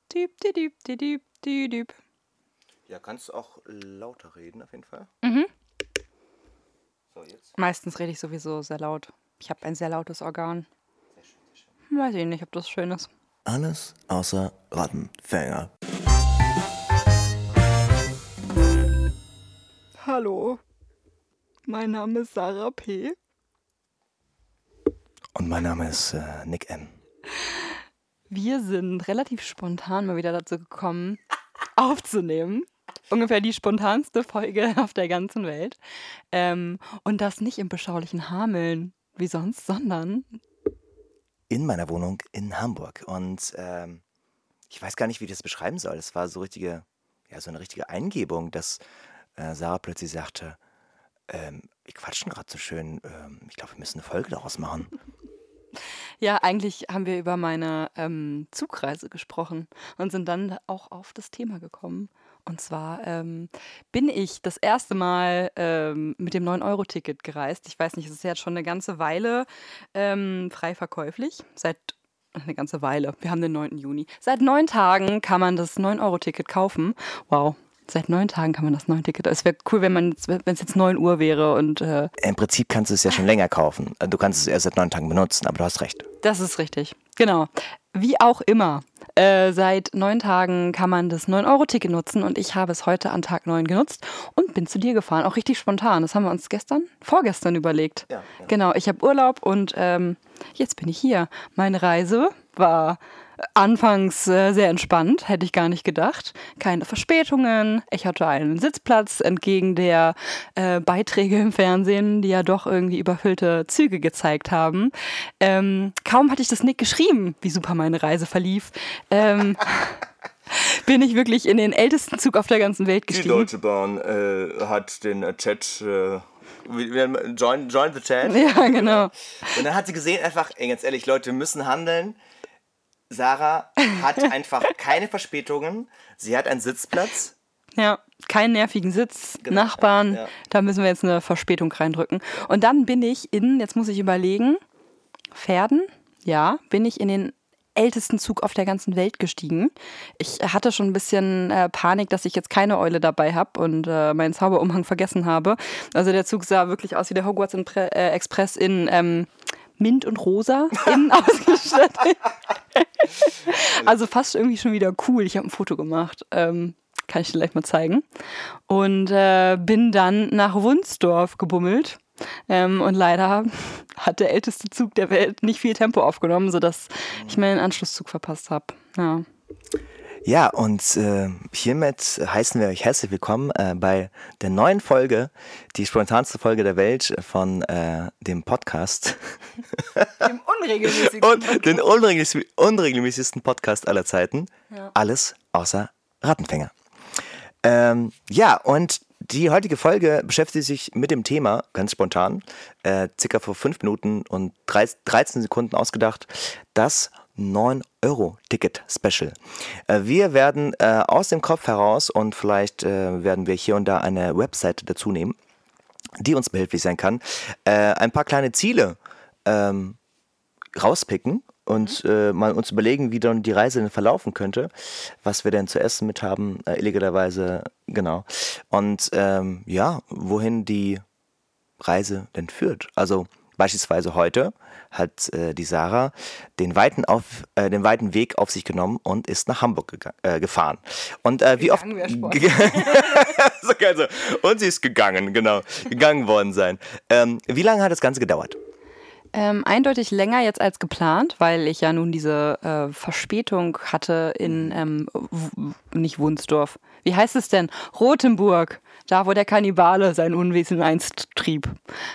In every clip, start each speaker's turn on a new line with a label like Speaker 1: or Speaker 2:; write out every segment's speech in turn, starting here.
Speaker 1: Düb, düb, düb, düb, düb, düb.
Speaker 2: Ja, kannst du auch lauter reden, auf jeden Fall.
Speaker 1: Mhm.
Speaker 2: So, jetzt.
Speaker 1: Meistens rede ich sowieso sehr laut. Ich habe ein sehr lautes Organ.
Speaker 2: Sehr schön, sehr schön.
Speaker 1: Weiß ich nicht, ob das schön ist.
Speaker 2: Alles außer Rattenfänger.
Speaker 1: Hallo, mein Name ist Sarah P.
Speaker 2: Und mein Name ist Nick M.
Speaker 1: Wir sind relativ spontan mal wieder dazu gekommen, aufzunehmen. Ungefähr die spontanste Folge auf der ganzen Welt. Und das nicht im beschaulichen Hameln wie sonst, sondern
Speaker 2: In meiner Wohnung in Hamburg. Und ich weiß gar nicht, wie ich das beschreiben soll. Es war so eine richtige Eingebung, dass Sarah plötzlich sagte, wir quatschen gerade so schön. Ich glaube, wir müssen eine Folge daraus machen.
Speaker 1: ja, eigentlich haben wir über meine Zugreise gesprochen und sind dann auch auf das Thema gekommen. Und zwar bin ich das erste Mal mit dem 9-Euro-Ticket gereist. Ich weiß nicht, es ist jetzt schon eine ganze Weile frei verkäuflich. Eine ganze Weile. Wir haben den 9. Juni. Seit 9 Tagen kann man das 9-Euro-Ticket kaufen. Wow. Seit 9 Tagen kann man das 9-Ticket. Es wäre cool, wenn es jetzt 9 Uhr wäre und
Speaker 2: Im Prinzip kannst du es ja schon länger kaufen. Du kannst es erst seit 9 Tagen benutzen, aber du hast recht.
Speaker 1: das ist richtig. Genau. Wie auch immer. Seit 9 Tagen kann man das 9-Euro-Ticket nutzen und ich habe es heute an Tag 9 genutzt und bin zu dir gefahren. Auch richtig spontan. Das haben wir uns vorgestern überlegt.
Speaker 2: Ja.
Speaker 1: Genau, ich habe Urlaub und jetzt bin ich hier. Meine Reise war anfangs sehr entspannt, hätte ich gar nicht gedacht. Keine Verspätungen. Ich hatte einen Sitzplatz entgegen der Beiträge im Fernsehen, die ja doch irgendwie überfüllte Züge gezeigt haben. Kaum hatte ich das Nick geschrieben, wie super meine Reise verlief. Bin ich wirklich in den ältesten Zug auf der ganzen Welt
Speaker 2: Die
Speaker 1: gestiegen.
Speaker 2: Deutsche Bahn hat den Chat, join the chat.
Speaker 1: Ja, genau.
Speaker 2: Und dann hat sie gesehen, einfach, ey, ganz ehrlich, Leute, wir müssen handeln. Sarah hat einfach keine Verspätungen. Sie hat einen Sitzplatz.
Speaker 1: Ja, keinen nervigen Sitz,
Speaker 2: Genau,
Speaker 1: Nachbarn,
Speaker 2: ja.
Speaker 1: da müssen wir jetzt eine Verspätung reindrücken. Und dann bin ich jetzt muss ich überlegen, Pferden, ja, bin ich in den ältesten Zug auf der ganzen Welt gestiegen. Ich hatte schon ein bisschen Panik, dass ich jetzt keine Eule dabei habe und meinen Zauberumhang vergessen habe. Also der Zug sah wirklich aus wie der Hogwarts Express in Mint und Rosa innen ausgestattet. Also fast irgendwie schon wieder cool. Ich habe ein Foto gemacht. Kann ich dir gleich mal zeigen. Und bin dann nach Wunsdorf gebummelt. Und leider hat der älteste Zug der Welt nicht viel Tempo aufgenommen, sodass ich meinen Anschlusszug verpasst habe. Ja.
Speaker 2: Ja, und hiermit heißen wir euch herzlich willkommen bei der neuen Folge, die spontanste Folge der Welt von dem Podcast.
Speaker 1: Dem unregelmäßigen
Speaker 2: Und den unregelmäßigsten Podcast aller Zeiten.
Speaker 1: Ja.
Speaker 2: Alles außer Rattenfänger. Ja, und die heutige Folge beschäftigt sich mit dem Thema, ganz spontan, circa vor 5 Minuten und 13 Sekunden ausgedacht, das 9-Euro-Ticket-Special. Wir werden aus dem Kopf heraus und vielleicht werden wir hier und da eine Webseite dazu nehmen, die uns behilflich sein kann, ein paar kleine Ziele rauspicken und mal uns überlegen, wie dann die Reise denn verlaufen könnte, was wir denn zu essen mit haben, illegalerweise, genau. Und wohin die Reise denn führt. Also beispielsweise heute hat die Sarah den weiten Weg auf sich genommen und ist nach Hamburg gefahren. Und wie oft...
Speaker 1: Gegangen wär Sport.
Speaker 2: So geil so. Und sie ist gegangen, genau. Gegangen worden sein. Wie lange hat das Ganze gedauert?
Speaker 1: Eindeutig länger jetzt als geplant, weil ich ja nun diese Verspätung hatte in, nicht Wunsdorf. Wie heißt es denn? Rothenburg, da wo der Kannibale sein Unwesen einst trieb.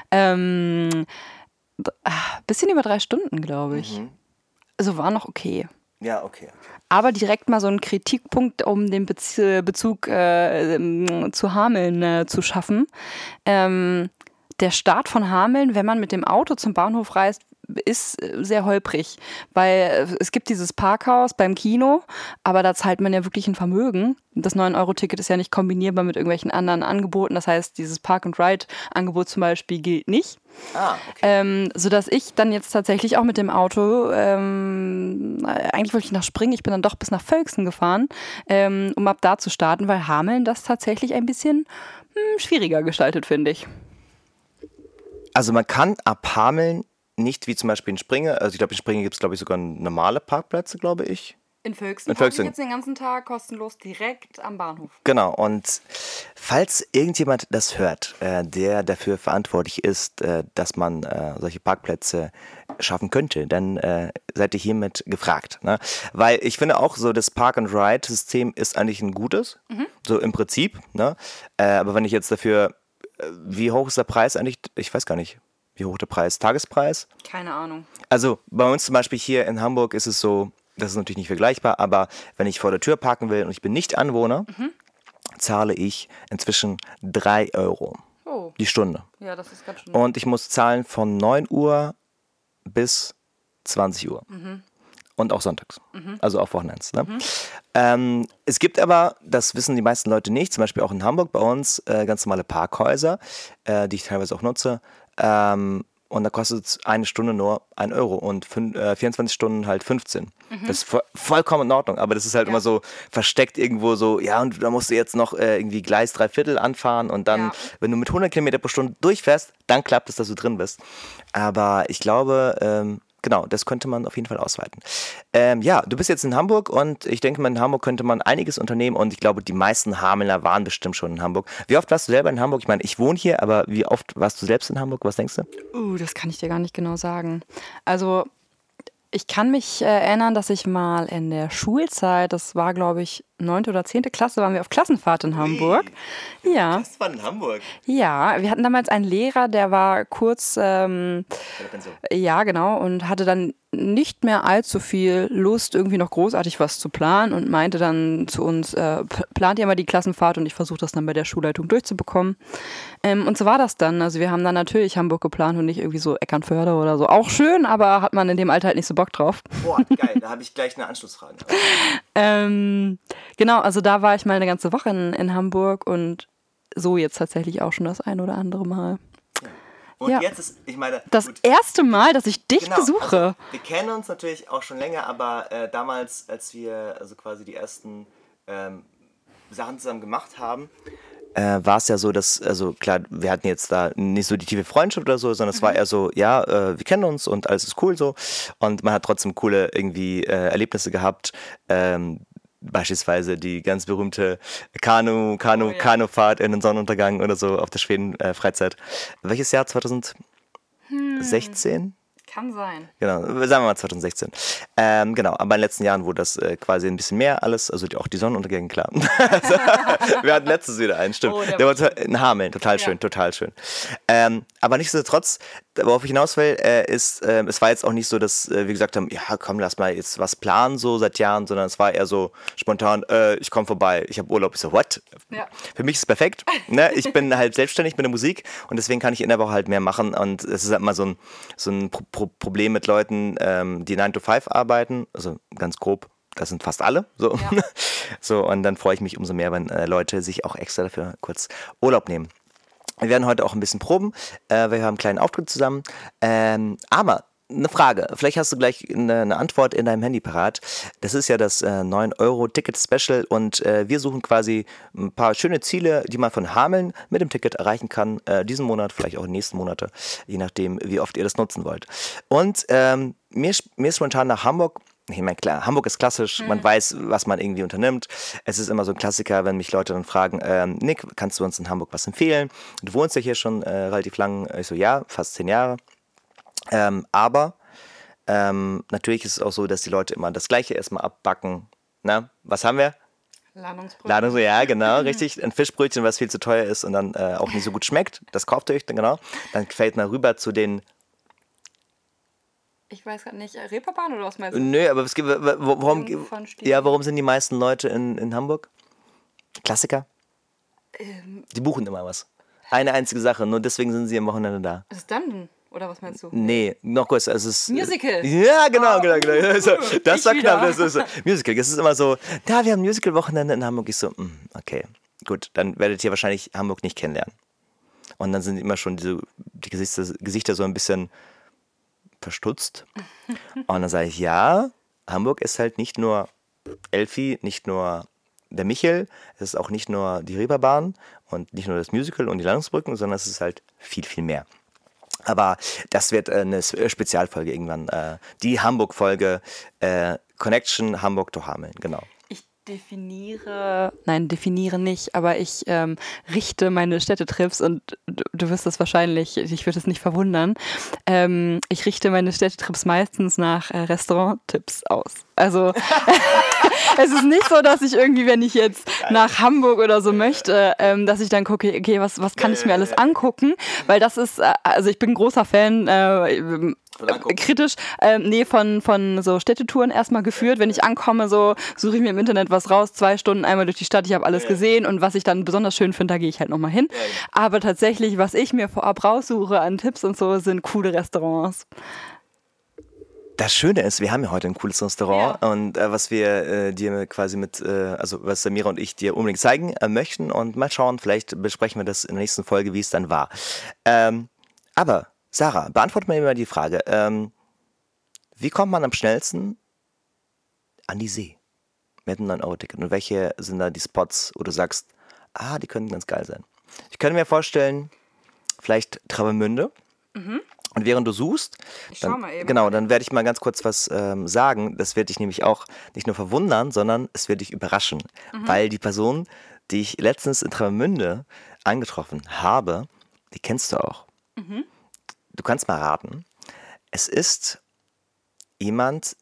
Speaker 1: Bisschen über 3 Stunden, glaube ich. Also war noch okay.
Speaker 2: Ja, okay.
Speaker 1: Aber direkt mal so einen Kritikpunkt, um den Bezug zu Hameln zu schaffen. Der Start von Hameln, wenn man mit dem Auto zum Bahnhof reist, ist sehr holprig, weil es gibt dieses Parkhaus beim Kino, aber da zahlt man ja wirklich ein Vermögen. Das 9-Euro-Ticket ist ja nicht kombinierbar mit irgendwelchen anderen Angeboten. Das heißt, dieses Park-and-Ride-Angebot zum Beispiel gilt nicht.
Speaker 2: Okay.
Speaker 1: Sodass ich dann jetzt tatsächlich auch mit dem Auto, eigentlich wollte ich nach Springen, ich bin dann doch bis nach Völksen gefahren, um ab da zu starten, weil Hameln das tatsächlich ein bisschen schwieriger gestaltet, finde ich.
Speaker 2: Also man kann ab Hameln nicht wie zum Beispiel in Springe, also ich glaube in Springe gibt es glaube ich sogar normale Parkplätze, glaube ich.
Speaker 1: In Völksen
Speaker 2: In Völksen.
Speaker 1: ich jetzt den ganzen Tag kostenlos direkt am Bahnhof.
Speaker 2: Genau, und falls irgendjemand das hört, der dafür verantwortlich ist, dass man solche Parkplätze schaffen könnte, dann seid ihr hiermit gefragt. Ne? Weil ich finde auch so, das Park-and-Ride-System ist eigentlich ein gutes, so im Prinzip. Ne? Aber wenn ich jetzt dafür, wie hoch ist der Preis eigentlich? Ich weiß gar nicht. Wie hoch der Preis? Tagespreis?
Speaker 1: Keine Ahnung.
Speaker 2: Also bei uns zum Beispiel hier in Hamburg ist es so, das ist natürlich nicht vergleichbar, aber wenn ich vor der Tür parken will und ich bin nicht Anwohner, zahle ich inzwischen 3 Euro die Stunde.
Speaker 1: Ja, das ist ganz schön.
Speaker 2: Und ich muss zahlen von 9 Uhr bis 20 Uhr. Und auch sonntags. Also auch Wochenends. Ne? Es gibt aber, das wissen die meisten Leute nicht, zum Beispiel auch in Hamburg bei uns, ganz normale Parkhäuser, die ich teilweise auch nutze. Und da kostet es eine Stunde nur 1 Euro und 24 Stunden halt 15. Das ist vollkommen in Ordnung, aber das ist halt immer so versteckt irgendwo so, ja, und da musst du jetzt noch irgendwie Gleis 3/4 anfahren und dann, wenn du mit 100 Kilometer pro Stunde durchfährst, dann klappt es, dass du drin bist. Aber ich glaube, genau, das könnte man auf jeden Fall ausweiten. Ja, du bist jetzt in Hamburg und ich denke mal, in Hamburg könnte man einiges unternehmen und ich glaube, die meisten Hamelner waren bestimmt schon in Hamburg. Wie oft warst du selber in Hamburg? Ich meine, ich wohne hier, aber wie oft warst du selbst in Hamburg? Was denkst du?
Speaker 1: Das kann ich dir gar nicht genau sagen. Also, ich kann mich erinnern, dass ich mal in der Schulzeit, das war glaube ich 9. oder 10. Klasse, waren wir auf Klassenfahrt in Hamburg. Ja.
Speaker 2: Das war in Hamburg.
Speaker 1: Ja, wir hatten damals einen Lehrer, der war kurz,
Speaker 2: Pension.
Speaker 1: ja genau, und hatte dann nicht mehr allzu viel Lust, irgendwie noch großartig was zu planen und meinte dann zu uns, plant ihr mal die Klassenfahrt und ich versuche das dann bei der Schulleitung durchzubekommen. Und so war das dann. Also wir haben dann natürlich Hamburg geplant und nicht irgendwie so Eckernförde oder so. Auch schön, aber hat man in dem Alter halt nicht so Bock drauf.
Speaker 2: Boah, geil, da habe ich gleich eine Anschlussfrage.
Speaker 1: Genau, also da war ich mal eine ganze Woche in Hamburg und so jetzt tatsächlich auch schon das ein oder andere Mal.
Speaker 2: Und
Speaker 1: Ja.
Speaker 2: jetzt ist, ich meine,
Speaker 1: Das
Speaker 2: gut,
Speaker 1: erste Mal, dass ich dich
Speaker 2: genau,
Speaker 1: besuche.
Speaker 2: Also, wir kennen uns natürlich auch schon länger, aber damals, als wir also quasi die ersten Sachen zusammen gemacht haben, war es ja so, dass, also klar, wir hatten jetzt da nicht so die tiefe Freundschaft oder so, sondern es war eher so, ja, wir kennen uns und alles ist cool so. Und man hat trotzdem coole irgendwie Erlebnisse gehabt. Beispielsweise die ganz berühmte Kanufahrt in den Sonnenuntergang oder so auf der Schweden-Freizeit. Welches Jahr? 2016?
Speaker 1: Kann sein.
Speaker 2: Genau, sagen wir mal 2016. Genau, aber in den letzten Jahren wurde das quasi ein bisschen mehr alles, also auch die Sonnenuntergänge, klar. Also, wir hatten letztes wieder einen, stimmt.
Speaker 1: Oh,
Speaker 2: der war in Hameln, total schön, total schön. Aber nichtsdestotrotz, worauf ich hinaus will, ist, es war jetzt auch nicht so, dass wir gesagt haben, ja komm, lass mal jetzt was planen so seit Jahren, sondern es war eher so spontan, ich komme vorbei, ich habe Urlaub. Ich so, what?
Speaker 1: Ja.
Speaker 2: Für mich ist es perfekt. Ne? Ich bin halt selbstständig mit der Musik und deswegen kann ich in der Woche halt mehr machen und es ist halt immer so ein Problem mit Leuten, die 9 to 5 arbeiten, also ganz grob, das sind fast alle. So,
Speaker 1: Ja.
Speaker 2: so und dann freue ich mich umso mehr, wenn Leute sich auch extra dafür kurz Urlaub nehmen. Wir werden heute auch ein bisschen proben, wir haben einen kleinen Auftritt zusammen, aber eine Frage, vielleicht hast du gleich eine Antwort in deinem Handy parat. Das ist ja das 9-Euro-Ticket-Special und wir suchen quasi ein paar schöne Ziele, die man von Hameln mit dem Ticket erreichen kann, diesen Monat, vielleicht auch in den nächsten Monate, je nachdem, wie oft ihr das nutzen wollt. Und mir ist spontan nach Hamburg. Ich meine, klar, Hamburg ist klassisch, man weiß, was man irgendwie unternimmt. Es ist immer so ein Klassiker, wenn mich Leute dann fragen, Nick, kannst du uns in Hamburg was empfehlen? Du wohnst ja hier schon relativ lang. Ich so, ja, fast 10 Jahre. Aber natürlich ist es auch so, dass die Leute immer das Gleiche erstmal abbacken. Na, was haben wir? Ladung, ja, genau, richtig. Ein Fischbrötchen, was viel zu teuer ist und dann auch nicht so gut schmeckt. Das kauft ihr euch dann, genau. Dann fällt man rüber zu den.
Speaker 1: Ich weiß gerade nicht, Reeperbahn oder was meinst du?
Speaker 2: Nö, aber es gibt, warum sind die meisten Leute in Hamburg? Klassiker? Die buchen immer was. Eine einzige Sache, nur deswegen sind sie am Wochenende da.
Speaker 1: Was ist dann denn? Oder was meinst du?
Speaker 2: Nee, noch kurz. Also es ist,
Speaker 1: Musical.
Speaker 2: Ja, genau. Also, das war knapp.
Speaker 1: wieder.
Speaker 2: Das ist so. Musical. Das ist immer so, ja, wir haben Musical-Wochenende in Hamburg. Ich so, okay, gut, dann werdet ihr wahrscheinlich Hamburg nicht kennenlernen. Und dann sind immer schon die Gesichter so ein bisschen verstutzt. Und dann sage ich, ja, Hamburg ist halt nicht nur Elfi, nicht nur der Michel, es ist auch nicht nur die Reeperbahn und nicht nur das Musical und die Landungsbrücken, sondern es ist halt viel, viel mehr. Aber das wird eine Spezialfolge irgendwann. Die Hamburg-Folge Connection Hamburg to Hameln, genau.
Speaker 1: Ich definiere nicht, aber ich richte meine Städtetrips und du wirst das wahrscheinlich, ich würde es nicht verwundern, ich richte meine Städtetrips meistens nach Restauranttipps aus. Also es ist nicht so, dass ich irgendwie, wenn ich jetzt nach Hamburg oder so möchte, dass ich dann gucke, okay, was kann ich mir alles angucken, weil das ist, also ich bin ein großer Fan, kritisch, von so Städtetouren erstmal geführt. Wenn ich ankomme, so suche ich mir im Internet was raus, 2 Stunden einmal durch die Stadt, ich habe alles gesehen und was ich dann besonders schön finde, da gehe ich halt nochmal hin. Aber tatsächlich, was ich mir vorab raussuche an Tipps und so, sind coole Restaurants.
Speaker 2: Das Schöne ist, wir haben ja heute ein cooles Restaurant und was wir dir quasi also was Samira und ich dir unbedingt zeigen möchten und mal schauen, vielleicht besprechen wir das in der nächsten Folge, wie es dann war. Aber Sarah, beantworte mir mal die Frage, wie kommt man am schnellsten an die See mit einem 9-Euro-Ticket und welche sind da die Spots, wo du sagst, die könnten ganz geil sein? Ich könnte mir vorstellen, vielleicht Travemünde. Und während du suchst, dann werde ich mal ganz kurz was sagen. Das wird dich nämlich auch nicht nur verwundern, sondern es wird dich überraschen. Weil die Person, die ich letztens in Travemünde angetroffen habe, die kennst du auch. Du kannst mal raten. Es ist jemand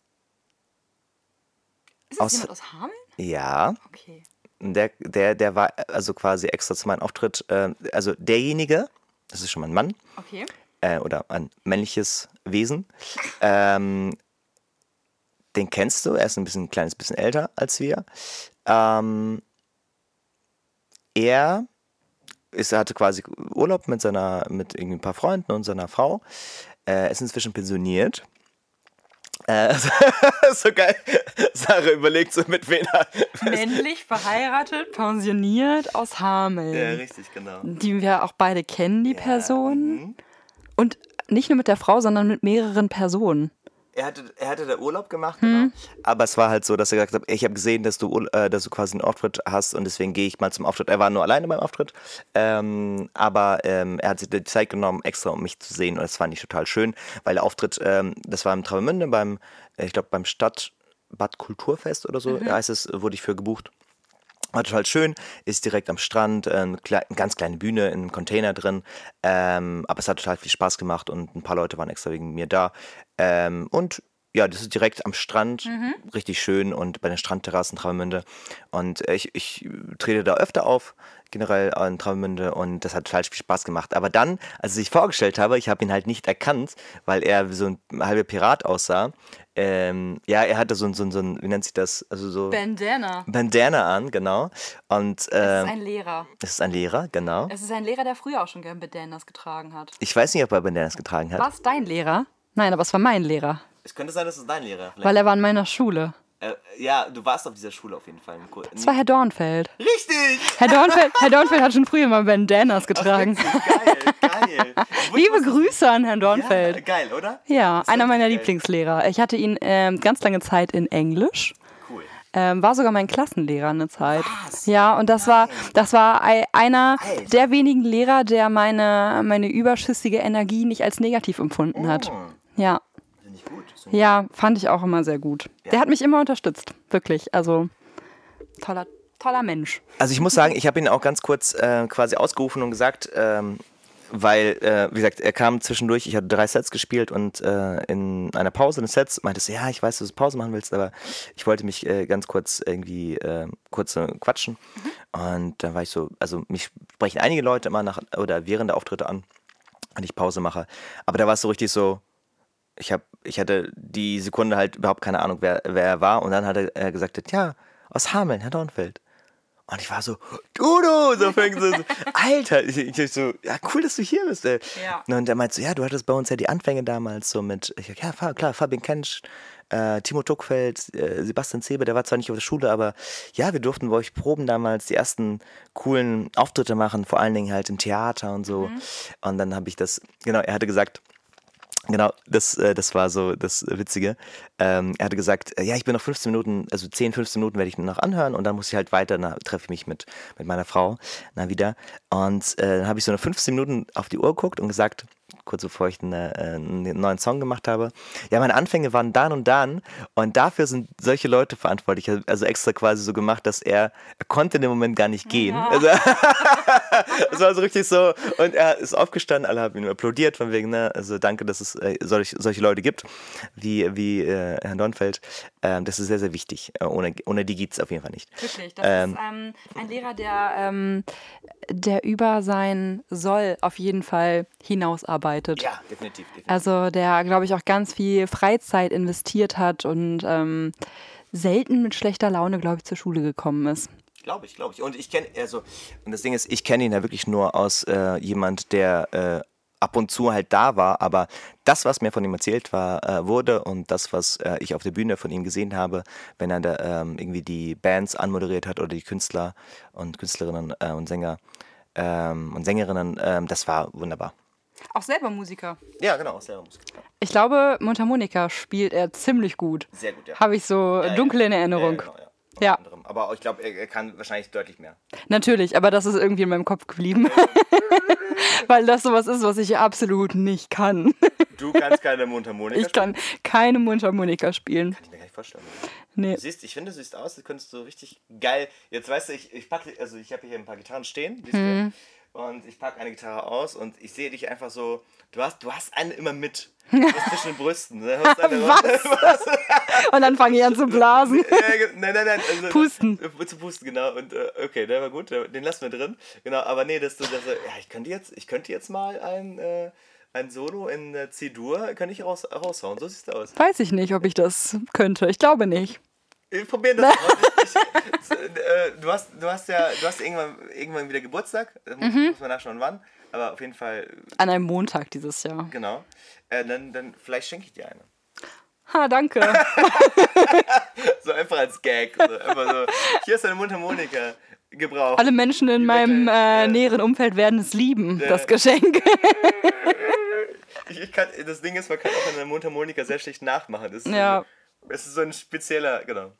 Speaker 1: jemand aus Hameln?
Speaker 2: Ja.
Speaker 1: Okay.
Speaker 2: Der war also quasi extra zu meinem Auftritt, also derjenige, das ist schon mal ein Mann.
Speaker 1: Okay.
Speaker 2: Oder ein männliches Wesen. Den kennst du, er ist ein kleines bisschen älter als wir. Er hatte quasi Urlaub mit irgendwie ein paar Freunden und seiner Frau. Er ist inzwischen pensioniert. So geil. Sarah überlegt so, mit wem er...
Speaker 1: Männlich, verheiratet, pensioniert aus Hameln.
Speaker 2: Ja, richtig, genau.
Speaker 1: Die wir auch beide kennen, die Person. Und nicht nur mit der Frau, sondern mit mehreren Personen.
Speaker 2: Er hatte da Urlaub gemacht, genau. Aber es war halt so, dass er gesagt hat, ich habe gesehen, dass du quasi einen Auftritt hast und deswegen gehe ich mal zum Auftritt. Er war nur alleine beim Auftritt, aber er hat sich die Zeit genommen, extra um mich zu sehen und das fand ich total schön, weil der Auftritt, das war im Travemünde beim Stadtbad Kulturfest oder so, heißt es, wurde ich für gebucht. War total schön, ist direkt am Strand, eine ganz kleine Bühne in einem Container drin, aber es hat total viel Spaß gemacht und ein paar Leute waren extra wegen mir da. Und ja, das ist direkt am Strand, richtig schön und bei den Strandterrassen Travemünde. Und ich trete da öfter auf, generell in Travemünde und das hat total viel Spaß gemacht. Aber dann, als ich vorgestellt habe, ich habe ihn halt nicht erkannt, weil er wie so ein halber Pirat aussah. Er hatte so ein, wie nennt sich das? Also so Bandana an, genau. Und,
Speaker 1: es ist ein Lehrer.
Speaker 2: Es ist ein Lehrer, genau.
Speaker 1: Es ist ein Lehrer, der früher auch schon gern Bandanas getragen hat.
Speaker 2: Ich weiß nicht, ob er Bandanas getragen hat.
Speaker 1: War es dein Lehrer? Nein, aber es war mein Lehrer.
Speaker 2: Es könnte sein, dass es dein Lehrer ist.
Speaker 1: Weil er war in meiner Schule.
Speaker 2: Ja, du warst auf dieser Schule auf jeden Fall.
Speaker 1: Es war Herr Dornfeld.
Speaker 2: Richtig!
Speaker 1: Herr Dornfeld hat schon früher mal Bandanas getragen.
Speaker 2: Geil.
Speaker 1: Liebe Grüße an Herrn Dornfeld.
Speaker 2: Ja, geil, oder?
Speaker 1: Ja, einer meiner Lieblingslehrer. Ich hatte ihn ganz lange Zeit in Englisch.
Speaker 2: Cool.
Speaker 1: War sogar mein Klassenlehrer eine Zeit.
Speaker 2: Was?
Speaker 1: Ja, und das war einer der wenigen Lehrer, der meine überschüssige Energie nicht als negativ empfunden hat. Ja.
Speaker 2: Finde ich gut.
Speaker 1: Ja, fand ich auch immer sehr gut. Ja. Der hat mich immer unterstützt, wirklich. Also toller Mensch.
Speaker 2: Also ich muss sagen, ich habe ihn auch ganz kurz quasi ausgerufen und gesagt, weil, wie gesagt, er kam zwischendurch, ich hatte 3 Sets gespielt und in einer Pause des Sets meinte er, ja, ich weiß, dass du Pause machen willst, aber ich wollte mich ganz kurz irgendwie quatschen. Und dann war ich so, also mich sprechen einige Leute immer während der Auftritte an, wenn ich Pause mache. Aber da war es so richtig so, ich hatte die Sekunde halt überhaupt keine Ahnung, wer er war. Und dann hat er gesagt, ja, aus Hameln, Herr Dornfeld. Und ich war so, Dudu, so fängt so, Alter, ich so, ja, cool, dass du hier bist, ey.
Speaker 1: Ja.
Speaker 2: Und er meinte so, ja, du hattest bei uns ja die Anfänge damals so mit, ich sag, ja, klar, Fabian Kensch, Timo Tuckfeld, Sebastian Zebe, der war zwar nicht auf der Schule, aber ja, wir durften bei euch proben damals, die ersten coolen Auftritte machen, vor allen Dingen halt im Theater und so. Und dann habe ich das, genau, er hatte gesagt, genau, das war so das Witzige. Er hatte gesagt, ja, ich bin noch 15 Minuten, also 10, 15 Minuten werde ich noch anhören und dann muss ich halt weiter, treffe ich mich mit meiner Frau wieder. Und dann habe ich so noch 15 Minuten auf die Uhr geguckt und gesagt, kurz bevor ich einen neuen Song gemacht habe, ja, meine Anfänge waren dann und dafür sind solche Leute verantwortlich. Also extra quasi so gemacht, dass er konnte in dem Moment gar nicht gehen.
Speaker 1: Ja.
Speaker 2: Also, es war so richtig so und er ist aufgestanden, alle haben ihm applaudiert von wegen, ne, also danke, dass es solche Leute gibt, wie Herrn Dornfeld. Das ist sehr, sehr wichtig. Ohne die geht es auf jeden Fall nicht.
Speaker 1: Wirklich, das ist ein Lehrer, der über sein Soll auf jeden Fall hinausarbeitet.
Speaker 2: Ja, definitiv.
Speaker 1: Also der, glaube ich, auch ganz viel Freizeit investiert hat und selten mit schlechter Laune, glaube ich, zur Schule gekommen ist.
Speaker 2: Glaube ich. Und ich kenne, und das Ding ist, ich kenne ihn ja wirklich nur aus jemand, der ab und zu halt da war, aber das, was mir von ihm erzählt wurde und das, was ich auf der Bühne von ihm gesehen habe, wenn er da irgendwie die Bands anmoderiert hat oder die Künstler und Künstlerinnen und Sänger und Sängerinnen, das war wunderbar.
Speaker 1: Auch selber Musiker.
Speaker 2: Ja, genau, auch selber Musiker. Ja.
Speaker 1: Ich glaube, Mundharmonika spielt er ziemlich gut.
Speaker 2: Sehr gut, ja.
Speaker 1: Habe ich so dunkel in Erinnerung.
Speaker 2: Ja, genau, ja.
Speaker 1: Ja.
Speaker 2: Aber ich glaube, er kann wahrscheinlich deutlich mehr.
Speaker 1: Natürlich, aber das ist irgendwie in meinem Kopf geblieben. Weil das sowas ist, was ich absolut nicht kann.
Speaker 2: Du kannst keine Mundharmonika
Speaker 1: Ich kann keine Mundharmonika spielen.
Speaker 2: Kann ich mir gar nicht vorstellen.
Speaker 1: Nee.
Speaker 2: Ich finde, du siehst aus, als könntest du richtig geil. Jetzt weißt du, ich habe hier ein paar Gitarren stehen, siehst du? Und ich packe eine Gitarre aus und ich sehe dich einfach so, du hast eine immer mit. Du hast zwischen den Brüsten. Ne?
Speaker 1: Was? Und dann fange ich an zu blasen.
Speaker 2: Nein. Also,
Speaker 1: Pusten.
Speaker 2: Zu pusten, genau. Und okay, der war gut, den lassen wir drin. Genau, aber nee, dass du ja, ich könnte jetzt mal ein Solo in C-Dur, kann ich raushauen. So sieht es aus.
Speaker 1: Weiß ich nicht, ob ich das könnte. Ich glaube nicht.
Speaker 2: Wir probieren das aus. Du hast irgendwann wieder Geburtstag. Muss man nachschauen, wann. Aber auf jeden Fall.
Speaker 1: An einem Montag dieses Jahr.
Speaker 2: Genau. Dann vielleicht schenke ich dir eine.
Speaker 1: Ha, danke.
Speaker 2: So einfach als Gag. So, einfach so, hier ist eine Mundharmonika. Gebraucht.
Speaker 1: Alle Menschen in meinem näheren Umfeld werden es lieben, das Geschenk.
Speaker 2: Das Ding ist, man kann auch eine Mundharmonika sehr schlecht nachmachen. Das ist so ein spezieller, genau.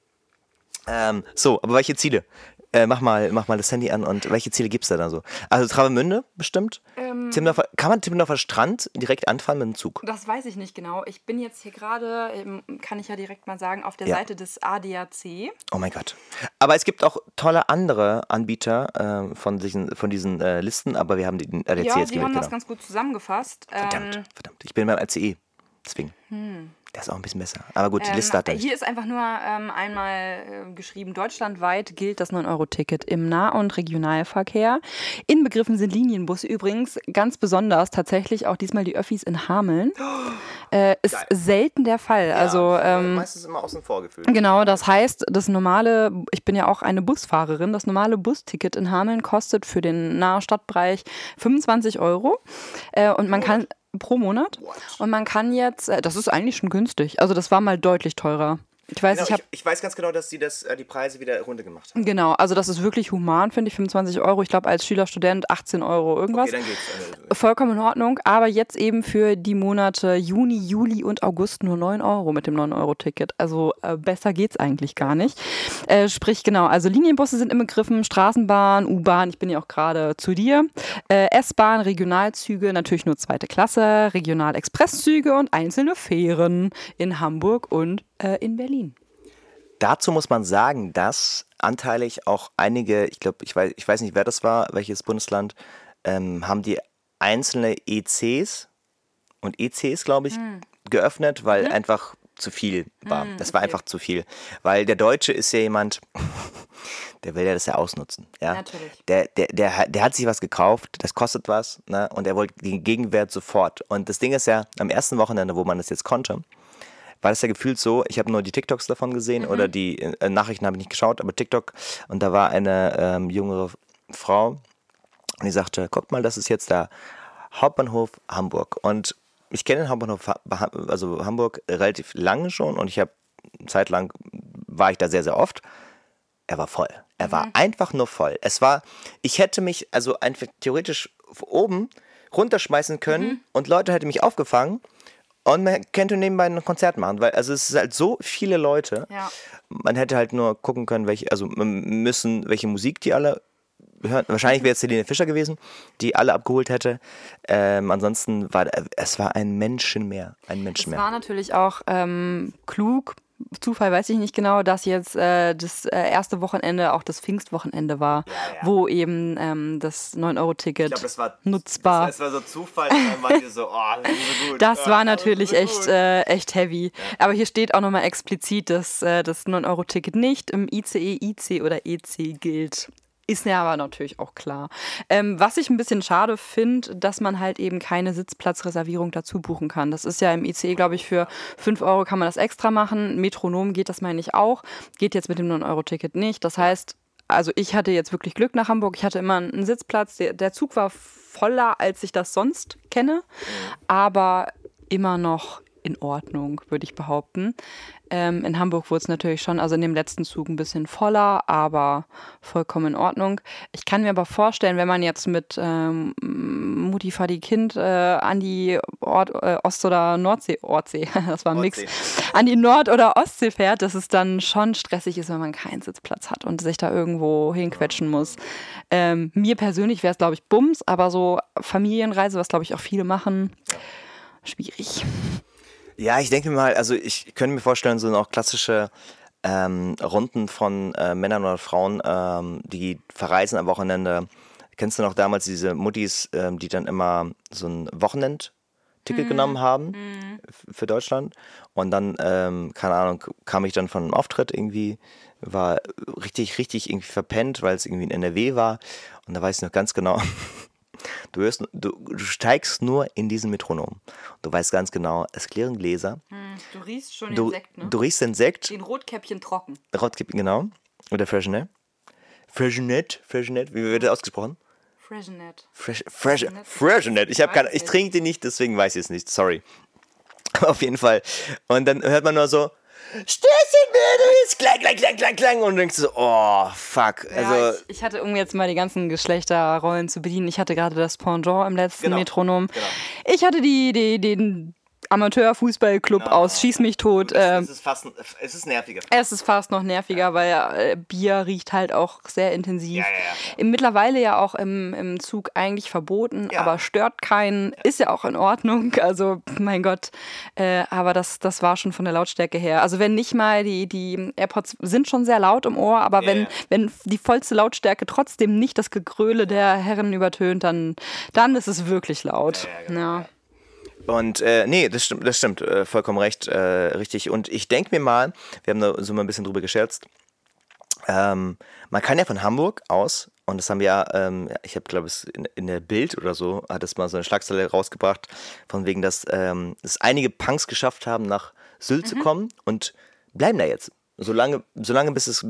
Speaker 2: So, aber welche Ziele? Mach mal das Handy an und welche Ziele gibt's da dann so? Also Travemünde bestimmt? Kann man Timmendorfer Strand direkt anfahren mit dem Zug?
Speaker 1: Das weiß ich nicht genau. Ich bin jetzt hier gerade, kann ich ja direkt mal sagen, auf der Seite des ADAC.
Speaker 2: Oh mein Gott. Aber es gibt auch tolle andere Anbieter von diesen Listen, aber wir haben den ADAC
Speaker 1: ja,
Speaker 2: jetzt
Speaker 1: die haben das ganz gut zusammengefasst.
Speaker 2: Verdammt. Ich bin beim RCE, deswegen. Der ist auch ein bisschen besser. Aber gut, die Liste hat er nicht.
Speaker 1: Hier ist einfach nur einmal geschrieben, deutschlandweit gilt das 9-Euro-Ticket im Nah- und Regionalverkehr. Inbegriffen sind Linienbusse übrigens, ganz besonders tatsächlich auch diesmal die Öffis in Hameln. Ist selten der Fall.
Speaker 2: Ja,
Speaker 1: also
Speaker 2: meistens immer außen vor gefühlt.
Speaker 1: Genau, das heißt, ich bin ja auch eine Busfahrerin, das normale Busticket in Hameln kostet für den nahen Stadtbereich 25 Euro. Und man kann pro Monat. Und man kann jetzt, das ist eigentlich schon günstig. Also das war mal deutlich teurer. Ich weiß
Speaker 2: ganz genau, dass sie die Preise wieder runtergemacht haben.
Speaker 1: Genau, also das ist wirklich human, finde ich, 25 Euro. Ich glaube, als Schüler, Student 18 Euro irgendwas.
Speaker 2: Okay, dann geht's.
Speaker 1: Vollkommen in Ordnung. Aber jetzt eben für die Monate Juni, Juli und August nur 9 Euro mit dem 9-Euro-Ticket. Also besser geht's eigentlich gar nicht. Sprich, genau, also Linienbusse sind inbegriffen, Straßenbahn, U-Bahn, ich bin ja auch gerade zu dir, S-Bahn, Regionalzüge, natürlich nur 2. Klasse, Regional-Expresszüge und einzelne Fähren in Hamburg und in Berlin.
Speaker 2: Dazu muss man sagen, dass anteilig auch einige, ich weiß nicht, wer das war, welches Bundesland, haben die einzelne ECs und ECs, glaube ich, geöffnet, weil einfach zu viel war. Das war einfach zu viel. Weil der Deutsche ist ja jemand, der will ja das ja ausnutzen. Ja?
Speaker 1: Natürlich.
Speaker 2: Der hat sich was gekauft, das kostet was, ne? Und er wollte den Gegenwert sofort. Und das Ding ist ja, am ersten Wochenende, wo man das jetzt konnte, war das ja gefühlt so, ich habe nur die TikToks davon gesehen oder die Nachrichten habe ich nicht geschaut, aber TikTok und da war eine jüngere Frau und die sagte, guck mal, das ist jetzt der Hauptbahnhof Hamburg und ich kenne den Hauptbahnhof, also Hamburg relativ lange schon und ich habe zeitlang war ich da sehr, sehr oft. Er war voll. Er war einfach nur voll. Ich hätte mich also einfach theoretisch oben runterschmeißen können und Leute hätten mich aufgefangen und man könnte nebenbei ein Konzert machen, weil also es ist halt so viele Leute.
Speaker 1: Ja.
Speaker 2: Man hätte halt nur gucken können, welche Musik die alle hören. Wahrscheinlich wäre es Helene Fischer gewesen, die alle abgeholt hätte. Ansonsten war es ein Menschenmeer.
Speaker 1: Es war natürlich auch klug, Zufall weiß ich nicht genau, dass jetzt das erste Wochenende auch das Pfingstwochenende war, wo eben das 9-Euro-Ticket nutzbar.
Speaker 2: Das war so Zufall, dann waren die so, oh, das ist so gut.
Speaker 1: Das war natürlich echt heavy. Ja. Aber hier steht auch nochmal explizit, dass das 9-Euro-Ticket nicht im ICE, IC oder EC gilt. Ist mir aber natürlich auch klar. Was ich ein bisschen schade finde, dass man halt eben keine Sitzplatzreservierung dazu buchen kann. Das ist ja im ICE, glaube ich, für 5 Euro kann man das extra machen. Metronom geht das, meine ich, auch. Geht jetzt mit dem 9-Euro-Ticket nicht. Das heißt, also ich hatte jetzt wirklich Glück nach Hamburg. Ich hatte immer einen Sitzplatz. Der Zug war voller, als ich das sonst kenne. Aber immer noch in Ordnung, würde ich behaupten. In Hamburg wurde es natürlich schon, also in dem letzten Zug ein bisschen voller, aber vollkommen in Ordnung. Ich kann mir aber vorstellen, wenn man jetzt mit Mutti, Vati, Kind an die Ost- oder Nordsee, das war ein Mix, an die Nord- oder Ostsee fährt, dass es dann schon stressig ist, wenn man keinen Sitzplatz hat und sich da irgendwo hinquetschen muss. Mir persönlich wäre es, glaube ich, Bums, aber so Familienreise, was, glaube ich, auch viele machen, schwierig.
Speaker 2: Ja, ich denke mal, also ich könnte mir vorstellen, so noch klassische Runden von Männern oder Frauen, die verreisen am Wochenende. Kennst du noch damals diese Muttis, die dann immer so ein Wochenendticket genommen haben für Deutschland? Und dann, keine Ahnung, kam ich dann von einem Auftritt irgendwie, war richtig irgendwie verpennt, weil es irgendwie in NRW war. Und da weiß ich noch ganz genau, du steigst nur in diesen Metronom. Du weißt ganz genau, es klirren Gläser.
Speaker 1: Du riechst schon den Sekt, ne?
Speaker 2: Du riechst den Sekt.
Speaker 1: Den Rotkäppchen trocken.
Speaker 2: Rotkäppchen, genau. Oder Freixenet. Freixenet, wie wird das ausgesprochen? Freixenet. Ich trinke den nicht, deswegen weiß ich es nicht. Sorry. Auf jeden Fall. Und dann hört man nur so, Stößchen, Mädels, klang. Und du denkst so, oh, fuck.
Speaker 1: Ja,
Speaker 2: also,
Speaker 1: ich hatte, um jetzt mal die ganzen Geschlechterrollen zu bedienen, ich hatte gerade das Pendant im letzten Metronom.
Speaker 2: Genau.
Speaker 1: Ich hatte den Amateurfußballclub aus Schieß mich tot.
Speaker 2: Es ist nerviger.
Speaker 1: Es ist fast noch nerviger, weil Bier riecht halt auch sehr intensiv.
Speaker 2: Ja.
Speaker 1: Mittlerweile ja auch im Zug eigentlich verboten, aber stört keinen. Ist ja auch in Ordnung. Also, mein Gott. Aber das war schon von der Lautstärke her. Also, wenn nicht mal die AirPods sind schon sehr laut im Ohr, aber wenn die vollste Lautstärke trotzdem nicht das Gegröle der Herren übertönt, dann ist es wirklich laut. Ja.
Speaker 2: Und nee, das stimmt, vollkommen recht, richtig. Und ich denke mir mal, wir haben da so mal ein bisschen drüber gescherzt, man kann ja von Hamburg aus, und das haben wir ja, ich habe glaube ich in der Bild oder so, hat es mal so eine Schlagzeile rausgebracht, von wegen, dass es einige Punks geschafft haben, nach Sylt zu kommen und bleiben da jetzt. Solange bis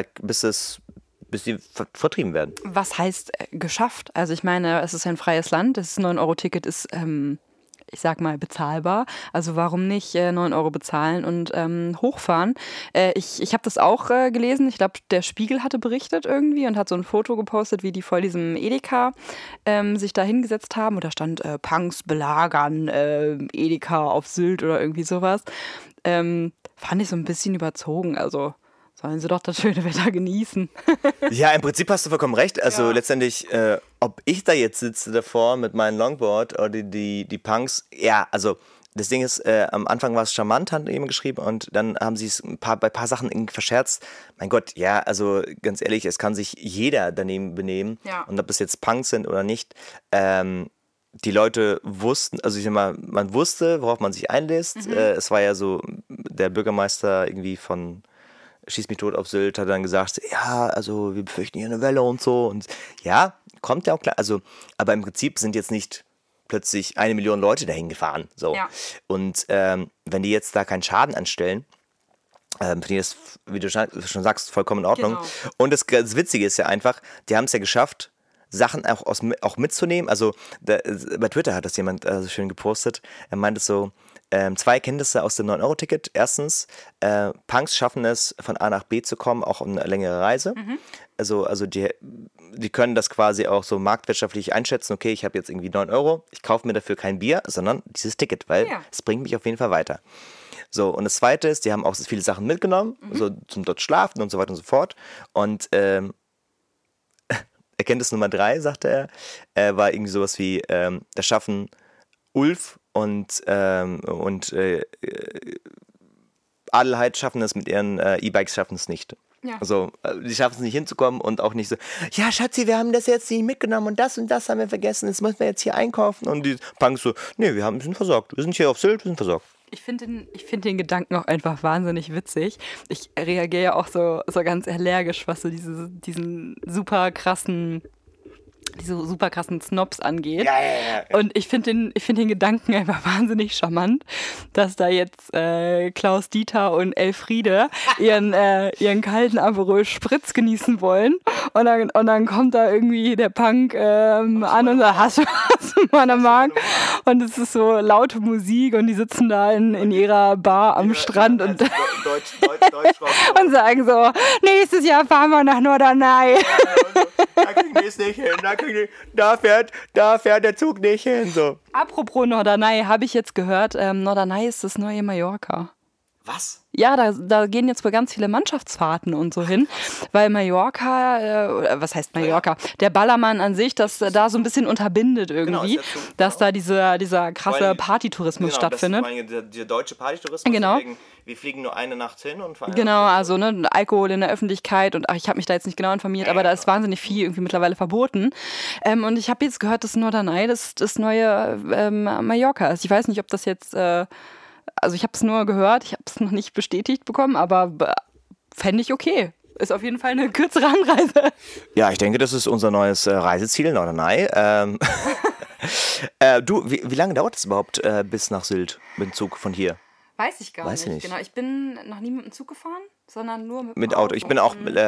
Speaker 2: die vertrieben werden.
Speaker 1: Was heißt geschafft? Also ich meine, es ist ein freies Land, das 9-Euro-Ticket ist ich sag mal, bezahlbar. Also warum nicht 9 Euro bezahlen und hochfahren? Ich habe das auch gelesen. Ich glaube, der Spiegel hatte berichtet irgendwie und hat so ein Foto gepostet, wie die vor diesem Edeka sich da hingesetzt haben. Und da stand Punks belagern Edeka auf Sylt oder irgendwie sowas. Fand ich so ein bisschen überzogen. Also sollen sie doch das schöne Wetter genießen.
Speaker 2: Ja, im Prinzip hast du vollkommen recht. Also letztendlich, ob ich da jetzt sitze davor mit meinem Longboard oder die Punks, ja, also das Ding ist, am Anfang war es charmant, hat jemand geschrieben, und dann haben sie es bei ein paar Sachen irgendwie verscherzt. Mein Gott, ja, also ganz ehrlich, es kann sich jeder daneben benehmen. Ja. Und ob das jetzt Punks sind oder nicht, die Leute wussten, also ich sag mal, man wusste, worauf man sich einlässt. Es war ja so, der Bürgermeister irgendwie von Schieß mich tot auf Sylt hat dann gesagt, ja, also wir befürchten hier eine Welle und so. Und ja, kommt ja auch klar. Also, aber im Prinzip sind jetzt nicht plötzlich 1 Million Leute dahin gefahren. So.
Speaker 1: Ja.
Speaker 2: Und wenn die jetzt da keinen Schaden anstellen, finde ich das, wie du schon sagst, vollkommen in Ordnung.
Speaker 1: Genau.
Speaker 2: Und das Witzige ist ja einfach, die haben es ja geschafft, Sachen auch mitzunehmen. Also bei Twitter hat das jemand so schön gepostet. Er meinte so, 2 Erkenntnisse aus dem 9-Euro-Ticket. Erstens, Punks schaffen es, von A nach B zu kommen, auch um eine längere Reise. Also die können das quasi auch so marktwirtschaftlich einschätzen. Okay, ich habe jetzt irgendwie 9 Euro, ich kaufe mir dafür kein Bier, sondern dieses Ticket, weil es bringt mich auf jeden Fall weiter. So, und das Zweite ist, die haben auch viele Sachen mitgenommen, so zum dort schlafen und so weiter und so fort. Und Erkenntnis Nummer 3, sagte er, war irgendwie sowas wie, da schaffen Ulf und Adelheid schaffen es mit ihren E-Bikes, schaffen es nicht.
Speaker 1: Ja.
Speaker 2: Also, die schaffen es nicht hinzukommen und auch nicht so, ja, Schatzi, wir haben das jetzt nicht mitgenommen und das haben wir vergessen, jetzt müssen wir jetzt hier einkaufen. Und die Punks so, nee, wir sind versorgt. Wir sind hier auf Sylt, wir sind versorgt.
Speaker 1: Ich finde den Gedanken auch einfach wahnsinnig witzig. Ich reagiere ja auch so ganz allergisch, was so diese super krassen Snobs angeht.
Speaker 2: Ja.
Speaker 1: Und ich finde den Gedanken einfach wahnsinnig charmant, dass da jetzt Klaus Dieter und Elfriede ihren kalten Aperol Spritz genießen wollen. Und dann kommt da irgendwie der Punk an und sagt, hast du mal eine Mark? Und es ist so laute Musik und die sitzen da in ihrer Bar am Strand und und sagen so, nächstes Jahr fahren wir nach Norderney.
Speaker 2: Da kriegen wir es nicht hin, da fährt der Zug nicht hin. So.
Speaker 1: Apropos Norderney, habe ich jetzt gehört, Norderney ist das neue Mallorca.
Speaker 2: Was?
Speaker 1: Ja, da gehen jetzt wohl ganz viele Mannschaftsfahrten und so hin, weil Mallorca, was heißt Mallorca? Der Ballermann an sich, das da so ein bisschen unterbindet irgendwie, dass da dieser krasse Partytourismus stattfindet.
Speaker 2: Der deutsche Partytourismus,
Speaker 1: genau.
Speaker 2: Deswegen, wir fliegen nur eine Nacht hin und fahren.
Speaker 1: Genau, also Alkohol in der Öffentlichkeit und ich habe mich da jetzt nicht genau informiert, aber da ist wahnsinnig viel irgendwie mittlerweile verboten. Und ich habe jetzt gehört, dass Norderney das neue Mallorca ist. Ich weiß nicht, ob das jetzt also ich habe es nur gehört, ich habe es noch nicht bestätigt bekommen, aber fände ich okay. Ist auf jeden Fall eine kürzere Anreise.
Speaker 2: Ja, ich denke, das ist unser neues Reiseziel, Norderney. Du, wie lange dauert es überhaupt bis nach Sylt mit dem Zug von hier?
Speaker 1: Weiß ich gar nicht. Genau, ich bin noch nie mit dem Zug gefahren, sondern nur mit dem
Speaker 2: Auto. Ich bin auch mit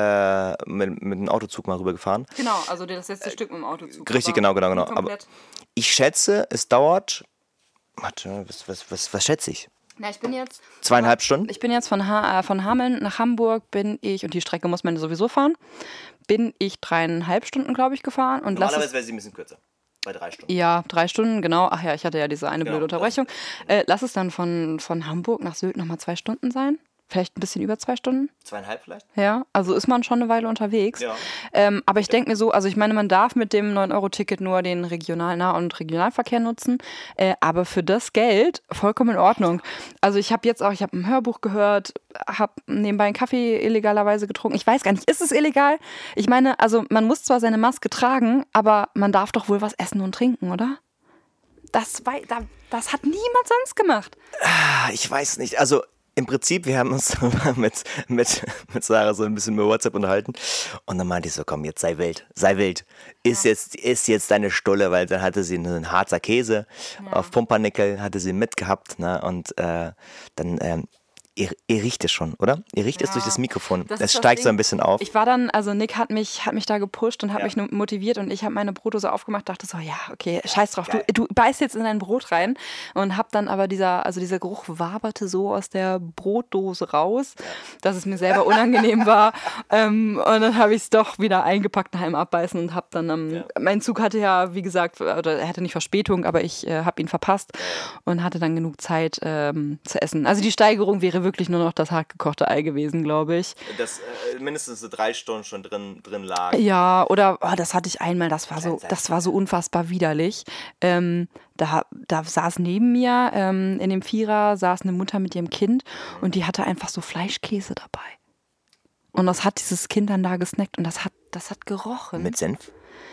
Speaker 2: dem Autozug mal rübergefahren.
Speaker 1: Genau, also das letzte Stück mit dem Autozug.
Speaker 2: Richtig, genau. Aber ich schätze, es dauert, warte, was schätze ich?
Speaker 1: Na, ich bin jetzt
Speaker 2: 2,5 Stunden?
Speaker 1: Ich bin jetzt von Hameln nach Hamburg und die Strecke muss man sowieso fahren, bin ich 3,5 Stunden, glaube ich, gefahren. Und
Speaker 2: normalerweise wäre sie ein bisschen kürzer. Bei 3 Stunden.
Speaker 1: Ja, 3 Stunden, genau. Ach ja, ich hatte ja diese eine blöde Unterbrechung. Lass es dann von Hamburg nach Sylt nochmal 2 Stunden sein. Vielleicht ein bisschen über 2 Stunden.
Speaker 2: 2,5 vielleicht?
Speaker 1: Ja, also ist man schon eine Weile unterwegs.
Speaker 2: Ja.
Speaker 1: Aber ich denke mir so, also ich meine, man darf mit dem 9-Euro-Ticket nur den Nah- und Regionalverkehr nutzen. Aber für das Geld vollkommen in Ordnung. Also ich habe ein Hörbuch gehört, habe nebenbei einen Kaffee illegalerweise getrunken. Ich weiß gar nicht, ist es illegal? Ich meine, also man muss zwar seine Maske tragen, aber man darf doch wohl was essen und trinken, oder? Das hat niemand sonst gemacht.
Speaker 2: Ich weiß nicht, also im Prinzip, wir haben uns mit Sarah so ein bisschen über WhatsApp unterhalten und dann meinte ich so, komm, jetzt sei wild. Ist jetzt deine Stulle, weil dann hatte sie einen Harzer Käse auf Pumpernickel, hatte sie mitgehabt, ne? Und dann Ihr riecht es schon, oder? Ihr riecht es durch das Mikrofon. Es steigt so ein bisschen auf.
Speaker 1: Ich war dann, also Nick hat mich da gepusht und hat mich motiviert und ich habe meine Brotdose aufgemacht, dachte so, ja, okay, scheiß drauf, du beißt jetzt in dein Brot rein und hab dann aber dieser Geruch waberte so aus der Brotdose raus, dass es mir selber unangenehm war und dann habe ich es doch wieder eingepackt nach einem Abbeißen und habe dann, mein Zug hatte ja, wie gesagt, oder er hatte nicht Verspätung, aber ich habe ihn verpasst und hatte dann genug Zeit zu essen. Also die Steigerung wäre wirklich nur noch das hartgekochte Ei gewesen, glaube ich.
Speaker 2: Das mindestens so 3 Stunden schon drin lag.
Speaker 1: Ja, oder das hatte ich einmal, das war so unfassbar widerlich. Da saß neben mir, in dem Vierer saß eine Mutter mit ihrem Kind und die hatte einfach so Fleischkäse dabei. Und das hat dieses Kind dann da gesnackt und das hat gerochen.
Speaker 2: Mit Senf?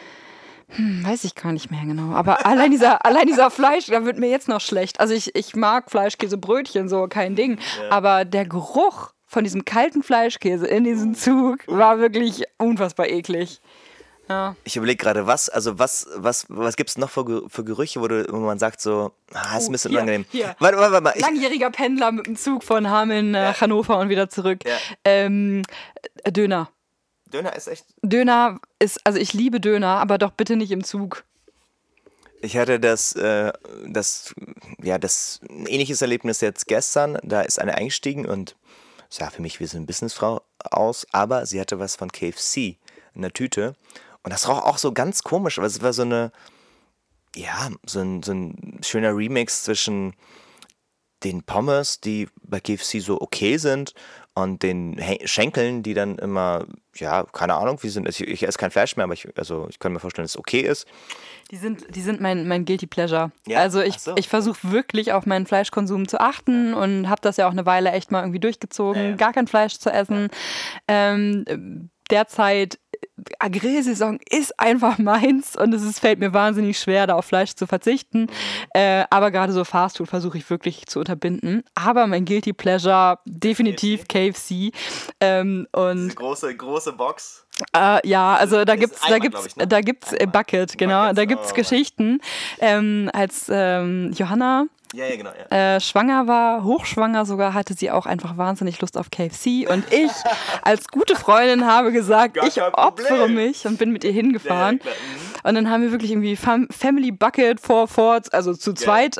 Speaker 1: Weiß ich gar nicht mehr genau. Aber allein dieser Fleisch, da wird mir jetzt noch schlecht. Also ich mag Fleischkäsebrötchen, so kein Ding. Ja. Aber der Geruch von diesem kalten Fleischkäse in diesem Zug war wirklich unfassbar eklig. Ja.
Speaker 2: Ich überlege gerade, was gibt es noch für Gerüche, wo man sagt so, ist ein bisschen unangenehm.
Speaker 1: Hier.
Speaker 2: Warte mal.
Speaker 1: Langjähriger Pendler mit dem Zug von Hameln nach Hannover und wieder zurück.
Speaker 2: Ja.
Speaker 1: Döner.
Speaker 2: Döner ist echt...
Speaker 1: Döner ist, also ich liebe Döner, aber doch bitte nicht im Zug.
Speaker 2: Ich hatte ein ähnliches Erlebnis jetzt gestern. Da ist eine eingestiegen und sah für mich wie so eine Businessfrau aus, aber sie hatte was von KFC in der Tüte. Und das roch auch so ganz komisch, weil es war so ein schöner Remix zwischen den Pommes, die bei KFC so okay sind, und den Schenkeln, die dann immer, keine Ahnung, wie sind. Ich esse kein Fleisch mehr, aber ich kann mir vorstellen, dass es okay ist.
Speaker 1: Die sind mein Guilty Pleasure.
Speaker 2: Ja?
Speaker 1: Also ich versuche wirklich auf meinen Fleischkonsum zu achten und habe das ja auch eine Weile echt mal irgendwie durchgezogen, gar kein Fleisch zu essen. Derzeit Grillsaison ist einfach meins und fällt mir wahnsinnig schwer, da auf Fleisch zu verzichten. Aber gerade so Fastfood versuche ich wirklich zu unterbinden. Aber mein Guilty Pleasure, definitiv KFC. Und
Speaker 2: diese große Box.
Speaker 1: Also da gibt's Bucket, genau.
Speaker 2: Buckets,
Speaker 1: Da gibt's Geschichten. Als Johanna schwanger war, hochschwanger sogar, hatte sie auch einfach wahnsinnig Lust auf KFC. Und ich als gute Freundin habe gesagt, ich opfere mich und bin mit ihr hingefahren. Und dann haben wir wirklich irgendwie Family Bucket also zu zweit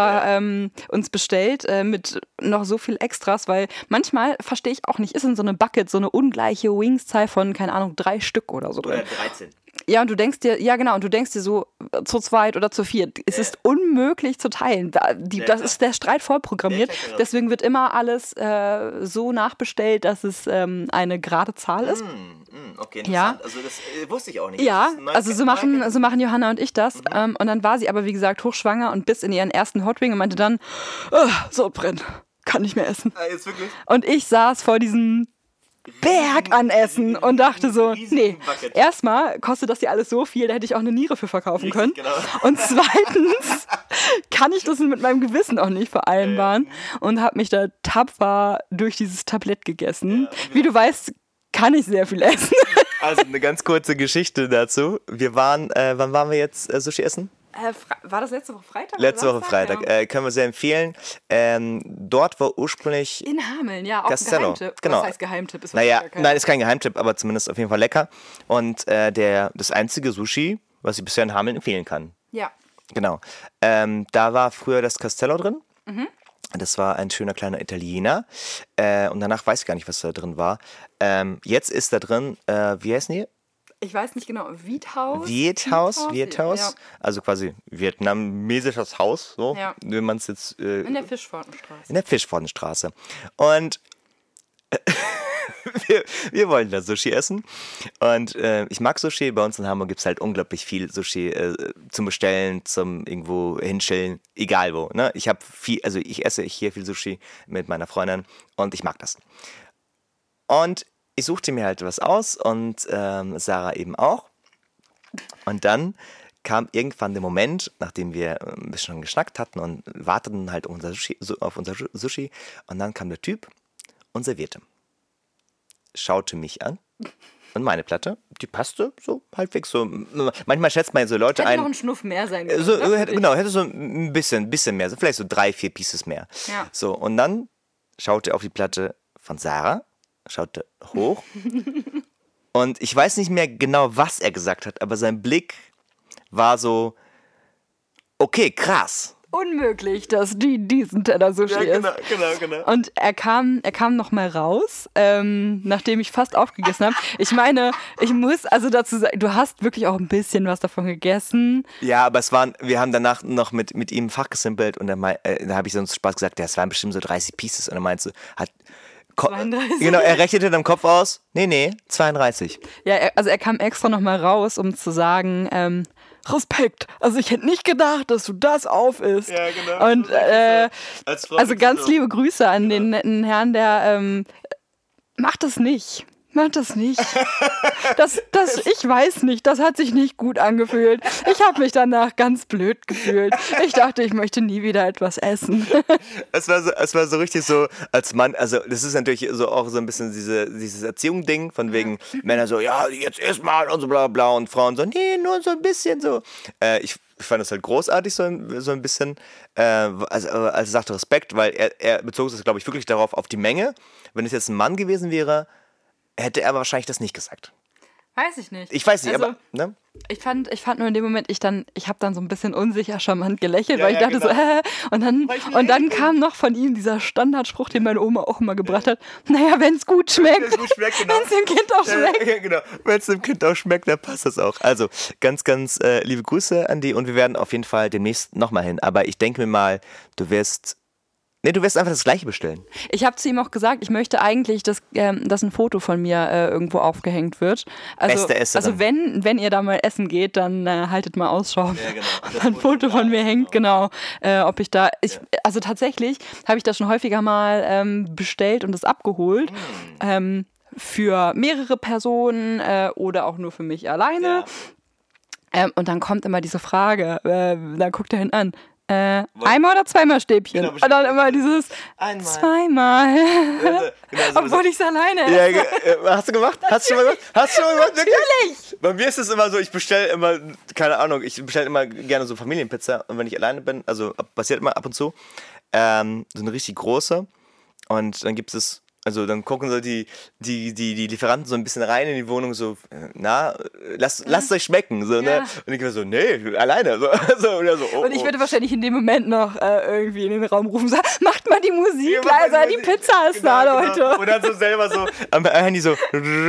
Speaker 1: uns bestellt mit noch so viel Extras, weil manchmal verstehe ich auch nicht, ist in so eine Bucket so eine ungleiche Wings-Zahl von, keine Ahnung, 3 Stück oder so drin.
Speaker 2: Oder 13.
Speaker 1: Ja, und du denkst dir so zu zweit oder zu viert, es ist unmöglich zu teilen. Das ist der Streit vorprogrammiert. Deswegen wird immer alles so nachbestellt, dass es eine gerade Zahl ist.
Speaker 2: Okay, interessant. Also das wusste ich auch nicht.
Speaker 1: Ja, also so machen Johanna und ich das. Und dann war sie aber, wie gesagt, hochschwanger und bis in ihren ersten Hotwing und meinte dann, so brennt, kann nicht mehr essen.
Speaker 2: Jetzt wirklich?
Speaker 1: Und ich saß vor diesem Berg an Essen und dachte so, nee, erstmal kostet das ja alles so viel, da hätte ich auch eine Niere für verkaufen können.
Speaker 2: Genau.
Speaker 1: Und zweitens kann ich das mit meinem Gewissen auch nicht vereinbaren und habe mich da tapfer durch dieses Tablett gegessen. Wie du weißt, kann ich sehr viel essen.
Speaker 2: Also eine ganz kurze Geschichte dazu. Wann waren wir jetzt Sushi essen?
Speaker 1: War das letzte Woche Freitag?
Speaker 2: Letzte Woche Freitag. Ja. Können wir sehr empfehlen. Dort war ursprünglich...
Speaker 1: In Hameln, ja, auch
Speaker 2: Castello.
Speaker 1: Ein Geheimtipp.
Speaker 2: Genau.
Speaker 1: Was heißt Geheimtipp?
Speaker 2: Nein, ist kein Geheimtipp, aber zumindest auf jeden Fall lecker. Und das einzige Sushi, was ich bisher in Hameln empfehlen kann.
Speaker 1: Ja.
Speaker 2: Genau. Da war früher das Castello drin. Das war ein schöner kleiner Italiener. Und danach weiß ich gar nicht, was da drin war. Jetzt ist da drin, wie heißen die?
Speaker 1: Ich weiß nicht genau, Wirthaus.
Speaker 2: Ja. Also quasi vietnamesisches Haus, so, wenn man es jetzt...
Speaker 1: in der Fischpfortenstraße.
Speaker 2: In der Fischpfortenstraße. Und wir wollen da Sushi essen. Und ich mag Sushi. Bei uns in Hamburg gibt es halt unglaublich viel Sushi zum Bestellen, zum irgendwo hinschillen, egal wo. Ne? Ich esse hier viel Sushi mit meiner Freundin und ich mag das. Und ich suchte mir halt was aus und Sarah eben auch. Und dann kam irgendwann der Moment, nachdem wir ein bisschen geschnackt hatten und warteten halt auf unser Sushi. Und dann kam der Typ und servierte. Schaute mich an und meine Platte, die passte so halbwegs so. Manchmal schätzt man so Leute
Speaker 1: hätte
Speaker 2: ein.
Speaker 1: Hätte noch ein Schnuff mehr sein können.
Speaker 2: Hätte so ein bisschen mehr, so vielleicht so 3-4 Pieces mehr.
Speaker 1: Ja.
Speaker 2: So, und dann schaute er auf die Platte von Sarah, schaute hoch und ich weiß nicht mehr genau, was er gesagt hat, aber sein Blick war so, okay, krass.
Speaker 1: Unmöglich, dass diesen Teller Sushi ist.
Speaker 2: Genau.
Speaker 1: Und er kam noch mal raus, nachdem ich fast aufgegessen habe. Ich meine, ich muss also dazu sagen, du hast wirklich auch ein bisschen was davon gegessen.
Speaker 2: Ja, aber wir haben danach noch mit ihm fachgesimpelt und da habe ich sonst Spaß gesagt, es waren bestimmt so 30 Pieces und er meinte,
Speaker 1: 32.
Speaker 2: Genau, er rechnete dann im Kopf aus, nee, 32.
Speaker 1: Ja, er kam extra noch mal raus, um zu sagen, Respekt. Also ich hätte nicht gedacht, dass du das auf isst.
Speaker 2: Ja, genau.
Speaker 1: Und also ganz liebe Grüße an den netten Herrn, der macht das nicht. Mach das nicht. Ich weiß nicht, das hat sich nicht gut angefühlt. Ich habe mich danach ganz blöd gefühlt. Ich dachte, ich möchte nie wieder etwas essen.
Speaker 2: Es war so richtig so, als Mann, also das ist natürlich so auch so ein bisschen dieses Erziehung-Ding, von wegen Männer so, ja, jetzt iss mal und so bla bla und Frauen so, nee, nur so ein bisschen so. Ich fand das halt großartig, so ein bisschen, also er sagte Respekt, weil er bezog es, glaube ich, wirklich darauf, auf die Menge. Wenn es jetzt ein Mann gewesen wäre, hätte er aber wahrscheinlich das nicht gesagt.
Speaker 1: Weiß ich nicht.
Speaker 2: Ich weiß nicht,
Speaker 1: also,
Speaker 2: aber, ne?
Speaker 1: Ich fand nur in dem Moment, ich habe dann so ein bisschen unsicher charmant gelächelt, weil ich dachte genau. Und dann kam noch von ihm dieser Standardspruch, den meine Oma auch immer gebracht hat. Naja, wenn es gut schmeckt. Genau. Wenn es dem Kind auch schmeckt.
Speaker 2: Ja, genau. Wenn es dem Kind auch schmeckt, dann passt das auch. Also, ganz, ganz liebe Grüße an die und wir werden auf jeden Fall demnächst nochmal hin. Aber ich denke mir mal, du wirst einfach das Gleiche bestellen.
Speaker 1: Ich habe zu ihm auch gesagt, ich möchte eigentlich, dass ein Foto von mir irgendwo aufgehängt wird. Also,
Speaker 2: Beste Esserin.
Speaker 1: Also wenn ihr da mal essen geht, dann haltet mal Ausschau.
Speaker 2: Ja, genau.
Speaker 1: Ob ein Foto von mir hängt, genau. Ob ich da, also tatsächlich habe ich das schon häufiger mal bestellt und es abgeholt. Für mehrere Personen oder auch nur für mich alleine. Ja. Und dann kommt immer diese Frage, dann guckt er hin an. Einmal oder zweimal Stäbchen? Genau, und dann immer dieses zweimal. Genau, obwohl ich es alleine esse.
Speaker 2: Ja, hast du gemacht? Hast du schon mal gemacht? Natürlich! Bei mir ist es immer so, ich bestelle immer, keine Ahnung, ich bestelle immer gerne so Familienpizza und wenn ich alleine bin, also passiert immer ab und zu, so eine richtig große und dann gibt es, also dann gucken so die Lieferanten so ein bisschen rein in die Wohnung, so, lasst euch schmecken. So, ne? Und ich war so, nee, alleine. So, oder so,
Speaker 1: und ich würde wahrscheinlich in dem Moment noch irgendwie in den Raum rufen, sagen, macht mal die Musik leiser, die Pizza ist da, Leute.
Speaker 2: Und dann so selber so am Handy so,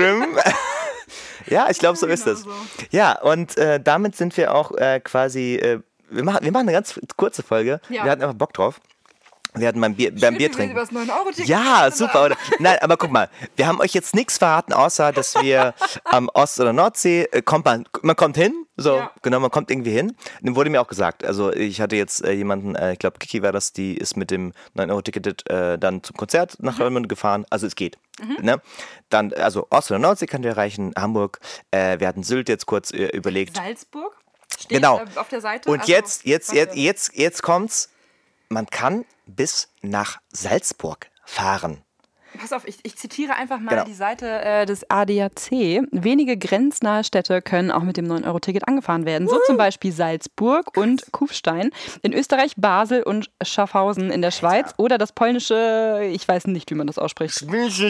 Speaker 2: ja, ich glaube, so ist es. Ja, und damit sind wir auch quasi, wir machen eine ganz kurze Folge. Ja. Wir hatten einfach Bock drauf. Wir hatten beim Bier trinken. Ja, super, oder? Nein, aber guck mal, wir haben euch jetzt nichts verraten, außer dass wir am Ost- oder Nordsee, man kommt hin, so, genau, man kommt irgendwie hin. Dann wurde mir auch gesagt, also ich hatte jetzt jemanden, ich glaube Kiki war das, die ist mit dem 9-Euro-Ticket dann zum Konzert nach Dortmund gefahren, also es geht. Ne? Dann, also Ost- oder Nordsee könnt ihr erreichen, Hamburg, wir hatten Sylt jetzt kurz überlegt.
Speaker 1: Salzburg? Steht
Speaker 2: genau.
Speaker 1: Auf der Seite?
Speaker 2: Und also, jetzt kommt's. Man kann bis nach Salzburg fahren.
Speaker 1: Pass auf, ich zitiere einfach mal die Seite des ADAC. Wenige grenznahe Städte können auch mit dem 9-Euro-Ticket angefahren werden. So zum Beispiel Salzburg und Kufstein. In Österreich Basel und Schaffhausen in der Schweiz. Oder das polnische, ich weiß nicht, wie man das ausspricht.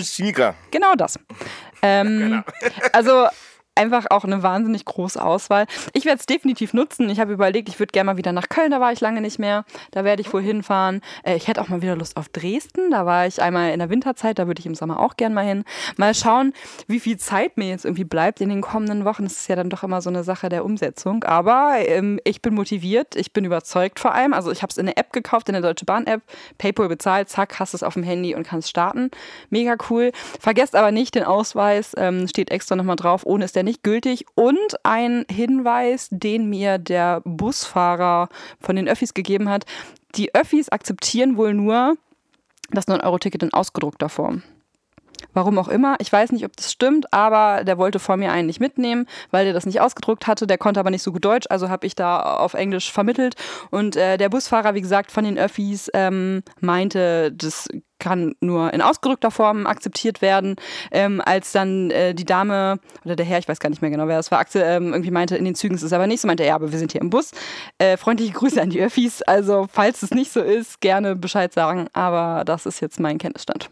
Speaker 1: Genau das. Genau. Also einfach auch eine wahnsinnig große Auswahl. Ich werde es definitiv nutzen. Ich habe überlegt, ich würde gerne mal wieder nach Köln, da war ich lange nicht mehr. Da werde ich wohl hinfahren. Ich hätte auch mal wieder Lust auf Dresden. Da war ich einmal in der Winterzeit, da würde ich im Sommer auch gerne mal hin. Mal schauen, wie viel Zeit mir jetzt irgendwie bleibt in den kommenden Wochen. Das ist ja dann doch immer so eine Sache der Umsetzung. Aber ich bin motiviert, ich bin überzeugt vor allem. Also ich habe es in der App gekauft, in der Deutsche Bahn-App. PayPal bezahlt, zack, hast es auf dem Handy und kannst starten. Mega cool. Vergesst aber nicht den Ausweis, steht extra nochmal drauf, ohne ist der nicht gültig. Und ein Hinweis, den mir der Busfahrer von den Öffis gegeben hat. Die Öffis akzeptieren wohl nur das 9-Euro-Ticket in ausgedruckter Form. Warum auch immer, ich weiß nicht, ob das stimmt, aber der wollte vor mir einen nicht mitnehmen, weil der das nicht ausgedruckt hatte, der konnte aber nicht so gut Deutsch, also habe ich da auf Englisch vermittelt und der Busfahrer, wie gesagt, von den Öffis meinte, das kann nur in ausgedruckter Form akzeptiert werden, als dann die Dame oder der Herr, ich weiß gar nicht mehr genau, wer das war, irgendwie meinte, in den Zügen ist es aber nicht so, meinte er, ja, aber wir sind hier im Bus. Freundliche Grüße an die Öffis, also falls es nicht so ist, gerne Bescheid sagen, aber das ist jetzt mein Kenntnisstand.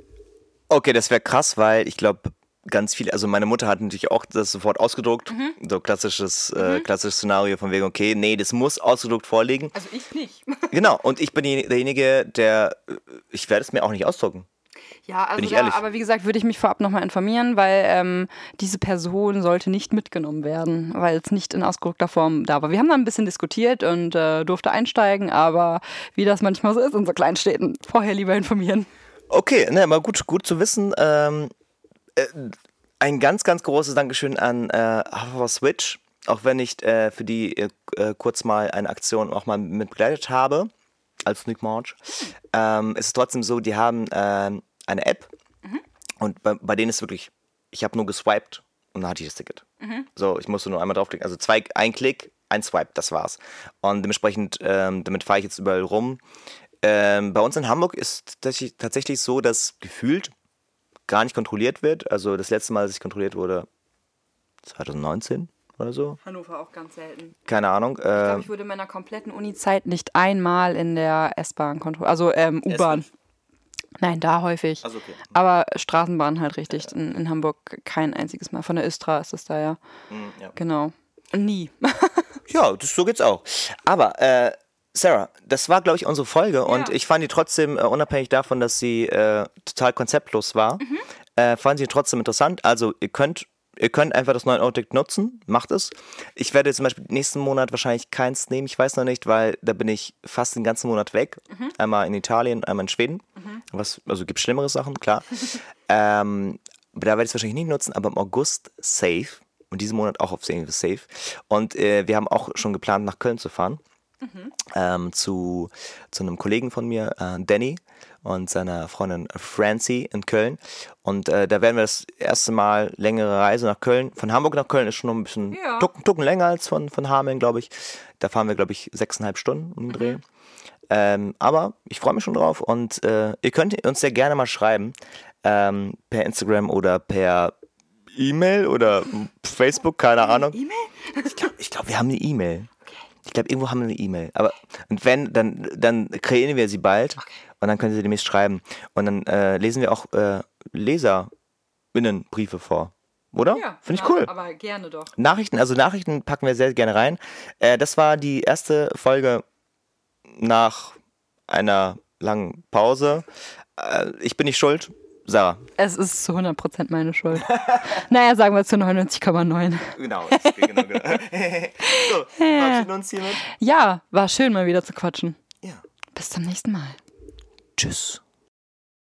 Speaker 2: Okay, das wäre krass, weil ich glaube, ganz viele, also meine Mutter hat natürlich auch das sofort ausgedruckt. So klassisches Szenario von wegen, okay, nee, das muss ausgedruckt vorliegen.
Speaker 1: Also ich nicht.
Speaker 2: Genau, und ich bin derjenige, ich werde es mir auch nicht ausdrucken.
Speaker 1: Ja, also aber wie gesagt, würde ich mich vorab nochmal informieren, weil diese Person sollte nicht mitgenommen werden, weil es nicht in ausgedruckter Form da war. Wir haben da ein bisschen diskutiert und durfte einsteigen, aber wie das manchmal so ist in so kleinen Städten, vorher lieber informieren.
Speaker 2: Okay, ne, aber gut zu wissen. Ein ganz, ganz großes Dankeschön an Hover Switch, auch wenn ich für die kurz mal eine Aktion auch mal mit begleitet habe, als Sneak March. Es ist trotzdem so, die haben eine App und bei denen ist wirklich ich habe nur geswiped und dann hatte ich das Ticket. So, ich musste nur einmal draufklicken. Also ein Klick, ein Swipe, das war's. Und dementsprechend, damit fahre ich jetzt überall rum. Bei uns in Hamburg ist tatsächlich so, dass gefühlt gar nicht kontrolliert wird. Also das letzte Mal, dass ich kontrolliert wurde, 2019 oder so.
Speaker 1: Hannover auch ganz selten.
Speaker 2: Keine Ahnung.
Speaker 1: Ich glaube, ich wurde in meiner kompletten Uni-Zeit nicht einmal in der S-Bahn kontrolliert. Also U-Bahn. Nein, da häufig.
Speaker 2: Also okay.
Speaker 1: Aber Straßenbahn halt richtig. In Hamburg kein einziges Mal. Von der Östra ist es da ja.
Speaker 2: Ja.
Speaker 1: Genau. Nie.
Speaker 2: Ja, so geht's auch. Aber Sarah, das war, glaube ich, unsere Folge und ich fand die trotzdem, unabhängig davon, dass sie total konzeptlos war, fand sie trotzdem interessant. Also ihr könnt einfach das 9-Euro-Ticket nutzen, macht es. Ich werde zum Beispiel nächsten Monat wahrscheinlich keins nehmen, ich weiß noch nicht, weil da bin ich fast den ganzen Monat weg. Einmal in Italien, einmal in Schweden. Also gibt schlimmere Sachen, klar. Da werde ich es wahrscheinlich nicht nutzen, aber im August safe. Und diesen Monat auch auf safe. Und wir haben auch schon geplant, nach Köln zu fahren. Zu einem Kollegen von mir, Danny, und seiner Freundin Francie in Köln. Und da werden wir das erste Mal längere Reise nach Köln. Von Hamburg nach Köln ist schon noch ein bisschen Tucken länger als von Hameln, glaube ich. Da fahren wir, glaube ich, 6,5 Stunden um den Dreh. Aber ich freue mich schon drauf und ihr könnt uns ja gerne mal schreiben, per Instagram oder per E-Mail oder Facebook, keine Ahnung.
Speaker 1: E-Mail?
Speaker 2: Ich glaube, wir haben eine E-Mail. Ich glaube, irgendwo haben wir eine E-Mail. Aber und wenn, dann kreieren wir sie bald und dann können Sie demnächst schreiben. Und dann lesen wir auch LeserInnenbriefe vor. Oder?
Speaker 1: Ja,
Speaker 2: finde ich cool.
Speaker 1: Aber gerne doch.
Speaker 2: Nachrichten packen wir sehr gerne rein. Das war die erste Folge nach einer langen Pause. Ich bin nicht schuld. Sarah.
Speaker 1: Es ist zu 100% meine Schuld. Naja, sagen wir zu 99,9.
Speaker 2: Genau. So, verabschieden uns hiermit.
Speaker 1: Ja, war schön mal wieder zu quatschen.
Speaker 2: Ja.
Speaker 1: Bis zum nächsten Mal.
Speaker 2: Tschüss.